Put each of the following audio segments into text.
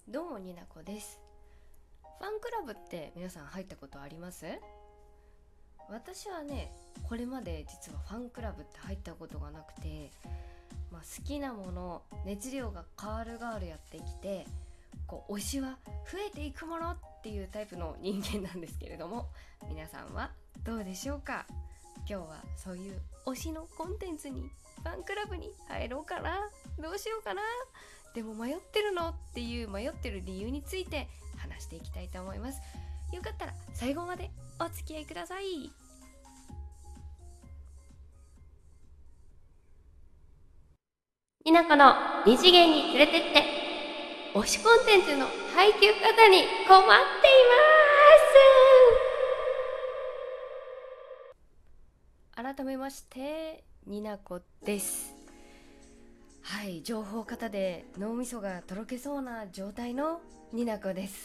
どうもになこです。ファンクラブって皆さん入ったことあります？私はね、これまで実はファンクラブって入ったことがなくて、好きなもの、熱量が変わる変わるやってきて、推しは増えていくものっていうタイプの人間なんですけれども、皆さんはどうでしょうか？今日はそういう推しのコンテンツに、ファンクラブに入ろうかな、どうしようかな、でも迷ってるのっていう迷ってる理由について話していきたいと思います。よかったら最後までお付き合いください。ひなこの二次元に連れてって、推しコンテンツの配給方に困っています。改めましてになこです。はい、情報型で脳みそがとろけそうな状態のになこです。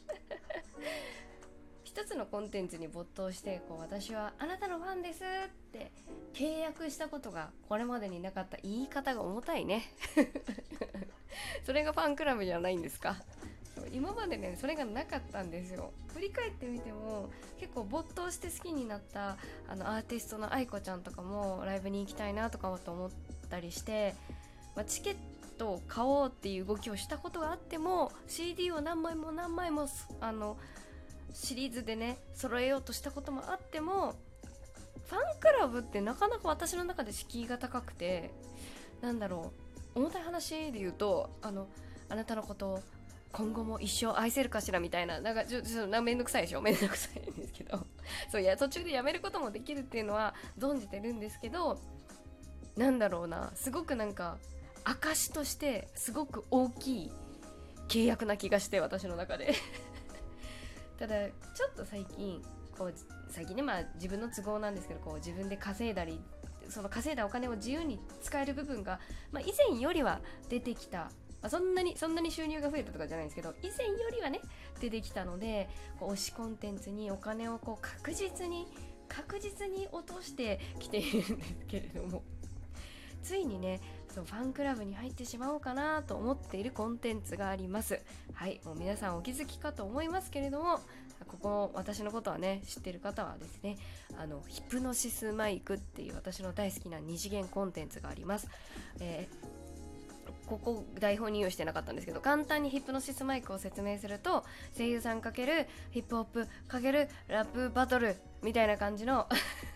一つのコンテンツに没頭して私はあなたのファンですって契約したことがこれまでになかった。言い方が重たいね。それがファンクラブじゃないんですか？今までね、それがなかったんですよ。振り返ってみても結構没頭して好きになったアーティストの愛子ちゃんとかもライブに行きたいなとかと思ったりして、チケットを買おうっていう動きをしたことがあっても CD を何枚も何枚もシリーズでね揃えようとしたこともあっても、ファンクラブってなかなか私の中で敷居が高くて、重たい話で言うとあなたのことを今後も一生愛せるかしらみたいな、めんどくさいでしょ。めんどくさいんですけどそういや、途中でやめることもできるっていうのは存じてるんですけど、すごく証としてすごく大きい契約な気がして、私の中でただちょっと最近ね、自分の都合なんですけど、自分で稼いだり、その稼いだお金を自由に使える部分が、以前よりは出てきた。そんなに収入が増えたとかじゃないんですけど、以前よりはね出てきたので、推しコンテンツにお金を確実に落としてきているんですけれども、ついにねファンクラブに入ってしまおうかなと思っているコンテンツがあります。はい、もう皆さんお気づきかと思いますけれども、私のことはね知ってる方はですね、ヒプノシスマイクっていう私の大好きな二次元コンテンツがあります。ここ台本に用意してなかったんですけど、簡単にヒプノシスマイクを説明すると、声優さん×ヒップホップ×ラップバトルみたいな感じの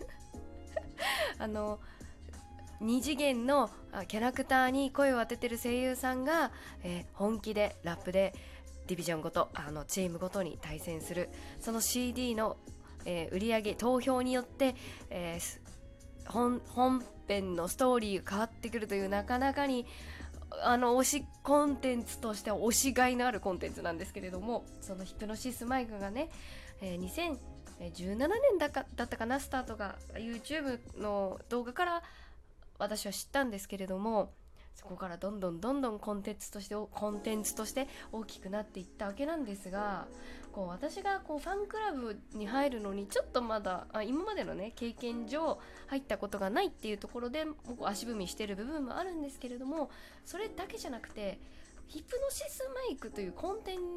二次元のキャラクターに声を当ててる声優さんが、本気でラップでディビジョンごとチームごとに対戦する。その CD の、売り上げ投票によって、本編のストーリーが変わってくるという、なかなかに推しコンテンツとしては推しがいのあるコンテンツなんですけれども、そのヒプノシスマイクがね、2017年だったかな、スタートが YouTube の動画から私は知ったんですけれども、そこからどんどんコンテンツとして大きくなっていったわけなんですが、私がファンクラブに入るのにちょっとまだ今までのね経験上入ったことがないっていうところで足踏みしてる部分もあるんですけれども、それだけじゃなくてヒプノシスマイクというコンテ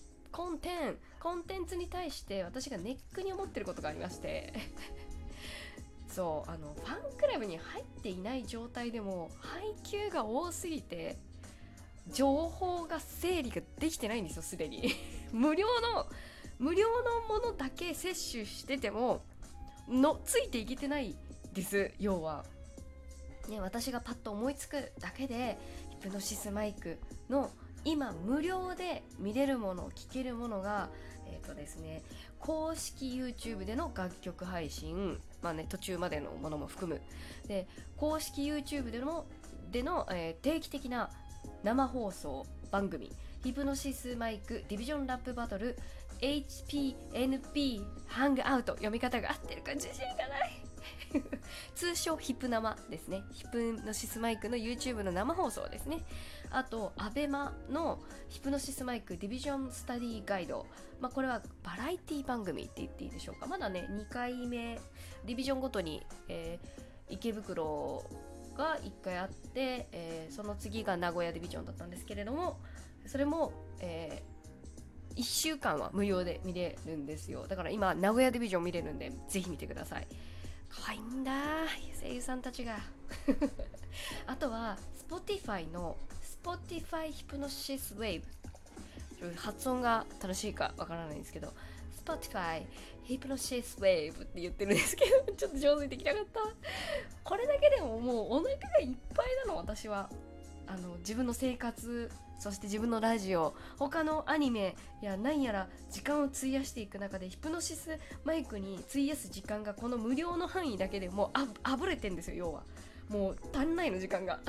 ンツに対して私がネックに思ってることがありましてそう、ファンクラブに入っていない状態でも配給が多すぎて情報が整理ができてないんですよ、すでに無料のものだけ摂取しててもついていけてないです。要はね、私がパッと思いつくだけでヒプノシスマイクの今無料で見れるもの、聞けるものがですね、公式 YouTube での楽曲配信、途中までのものも含むで、公式 YouTube での定期的な生放送番組、ヒプノシスマイクディビジョンラップバトル HPNP ハングアウト、読み方が合ってるか自信がない通称ヒプ生ですね。ヒプノシスマイクの YouTube の生放送ですね。あとアベマのヒプノシスマイクディビジョンスタディガイド、これはバラエティ番組って言っていいでしょうか。まだね2回目ディビジョンごとに、池袋が1回あって、その次が名古屋ディビジョンだったんですけれども、 それも、1週間は無料で見れるんですよ。だから今名古屋ディビジョン見れるんでぜひ見てください。可愛いんだ声優さんたちがあとは Spotify の Spotify ヒプノシスウェーブ、発音が正しいかわからないんですけど Spotify ヒプノシスウェーブって言ってるんですけどちょっと上手にできなかった。これだけでももうお腹がいっぱいなの。私は自分の生活、そして自分のラジオ、他のアニメや何やら時間を費やしていく中でヒプノシスマイクに費やす時間がこの無料の範囲だけでもうあぶれてんですよ。要はもう足んないの時間が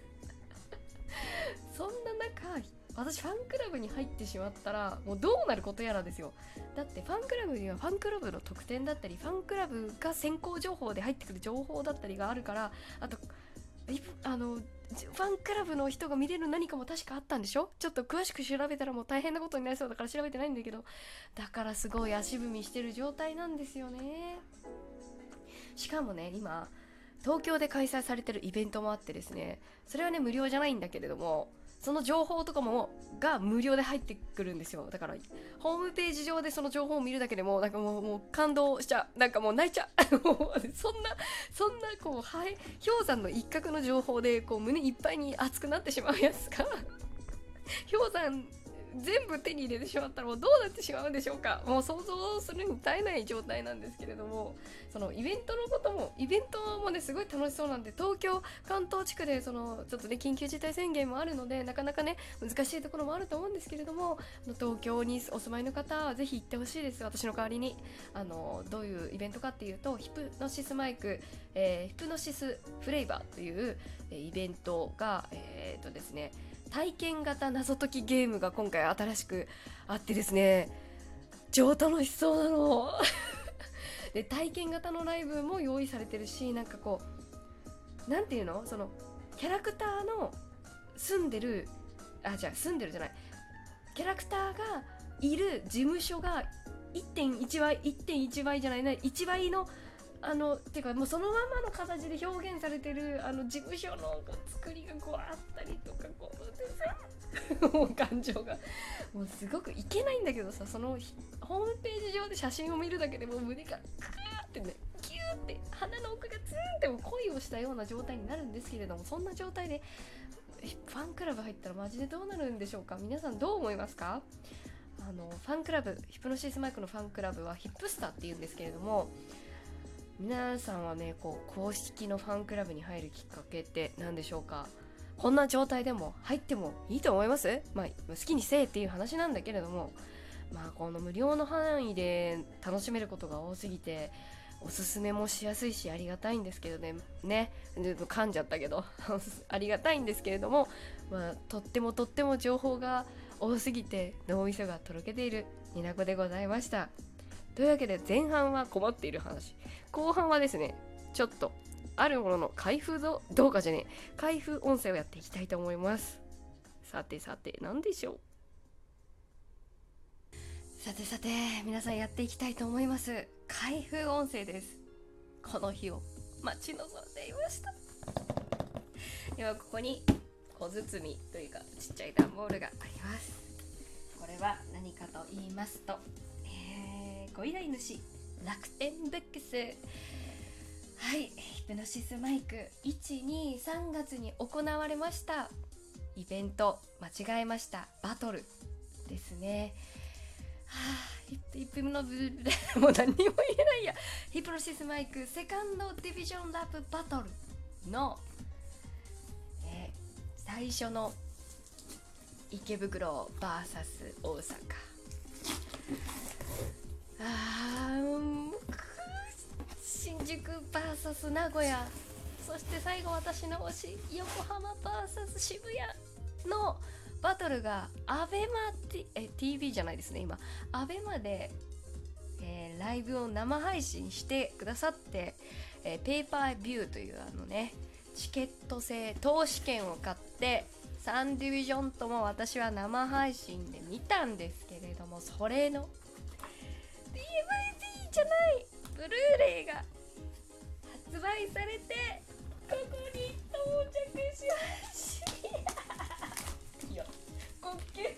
そんな中私ファンクラブに入ってしまったらもうどうなることやらですよ。だってファンクラブにはファンクラブの特典だったりファンクラブが先行情報で入ってくる情報だったりがあるから、あとファンクラブの人が見れる何かも確かあったんでしょ。ちょっと詳しく調べたらもう大変なことになりそうだから調べてないんだけど、だからすごい足踏みしてる状態なんですよね。しかもね今東京で開催されてるイベントもあってですね、それはね無料じゃないんだけれどもその情報とかもが無料で入ってくるんですよ。だからホームページ上でその情報を見るだけでもなんかもう感動しちゃう、なんかもう泣いちゃうそんなこう氷山の一角の情報でこう胸いっぱいに熱くなってしまうやつが氷山全部手に入れてしまったらもうどうなってしまうんでしょうか。もう想像するに耐えない状態なんですけれども、そのイベントもねすごい楽しそうなんで、東京関東地区でちょっとね緊急事態宣言もあるのでなかなかね難しいところもあると思うんですけれども、東京にお住まいの方はぜひ行ってほしいです。私の代わりにどういうイベントかっていうとヒプノシスマイク、ヒプノシスフレイバーというイベントがですね体験型謎解きゲームが今回新しくあってですね、超楽しそうなので体験型のライブも用意されてるし、なんかこうなんていうの、そのキャラクターの住んでるじゃないキャラクターがいる事務所が 1.1 倍じゃないね1倍のてかもうそのままの形で表現されてる事務所の作りがこうあったりとかこうでさもう感情がもうすごくいけないんだけどさ、そのホームページ上で写真を見るだけでもう胸がクーってねキューって鼻の奥がツーンっても恋をしたような状態になるんですけれども、そんな状態でファンクラブ入ったらマジでどうなるんでしょうか。皆さんどう思いますか。ファンクラブヒプノシスマイクのファンクラブはヒップスターっていうんですけれども、皆さんはねこう公式のファンクラブに入るきっかけって何でしょうか。こんな状態でも入ってもいいと思います。好きにせえっていう話なんだけれども、この無料の範囲で楽しめることが多すぎておすすめもしやすいしありがたいんですけどねちょっと噛んじゃったけどありがたいんですけれども、とっても情報が多すぎて脳みそがとろけているになこでございました。というわけで前半は困っている話、後半はですねちょっとあるものの開封開封音声をやっていきたいと思います。さて何でしょう。さて皆さんやっていきたいと思います。開封音声です。この日を待ち望んでいました。ではここに小包みというかちっちゃい段ボールがあります。これは何かと言いますと、ご依頼主楽天ブックス、はい、ヒプノシスマイク123月に行われましたイベント、間違えましたバトルですね。ヒプノもう何にも言えないや。ヒプノシスマイクセカンドディビジョンラップバトルの、最初の池袋 VS 大阪、新宿 VS 名古屋、そして最後私の推し横浜 VS 渋谷のバトルがアベマ、TV じゃないですね、今アベマで、ライブを生配信してくださって、ペーパービューというチケット制投資券を買って3ディビジョンとも私は生配信で見たんですけれども、それの DVD じゃないブルーレイが発売されてここに到着しました。いや滑稽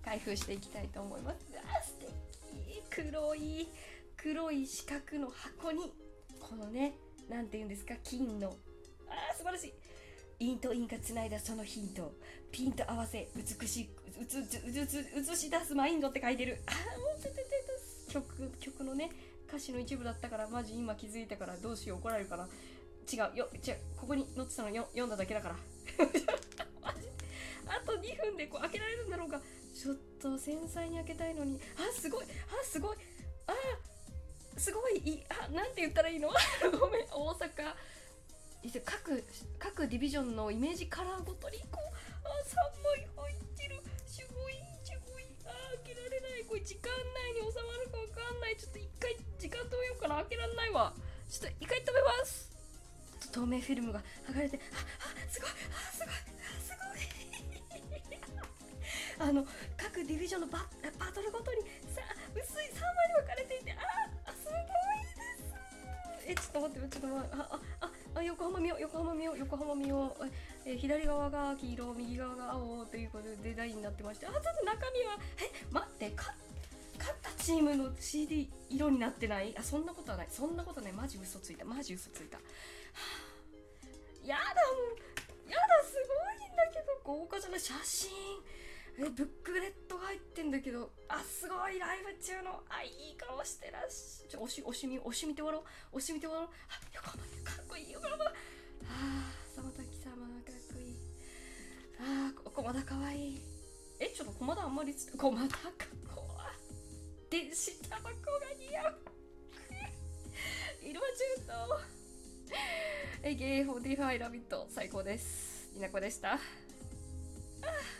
開封していきたいと思います。素敵。黒い四角の箱にこのね、なんていうんですか、金の素晴らしい。インとインがつないだそのヒントをピンと合わせ映し出すマインドって書いてる。もう曲のね歌詞の一部だったから、マジ今気づいたからどうしよう、怒られるかな。違う、ここに載ってたの読んだだけだからマジあと2分でこう開けられるんだろうか。ちょっと繊細に開けたいのに。すごいなんて言ったらいいのごめん。大阪各ディビジョンのイメージカラーごとにこう3枚入ってる。すごい。開けられない。これ時間内に収まるかわかんない。ちょっと一回時間止めようかな。開けられないわ。ちょっと一回止めます。透明フィルムが剥がれて、すごい各ディビジョンのバトルごとに薄い3枚に分かれていて、すごいです。ちょっと待って、横浜見よう。左側が黄色、右側が青ということでデザインになってまして、ちょっと中身は待って、勝ったチームの CD 色になってない。そんなことはない。マジ嘘ついた。やだ、すごいんだけど、豪華じゃない。写真ブックレットが入ってんだけど、すごい。ライブ中のいい顔してらっしゃ。押し見て終わろう。横浜かっこいい。横浜佐本貴様かっこいい。駒田かわいい。ちょっと駒田あんまり駒田かこわ電子タバコが似合う色は中東AKA45ラビット最高です。稲子でした。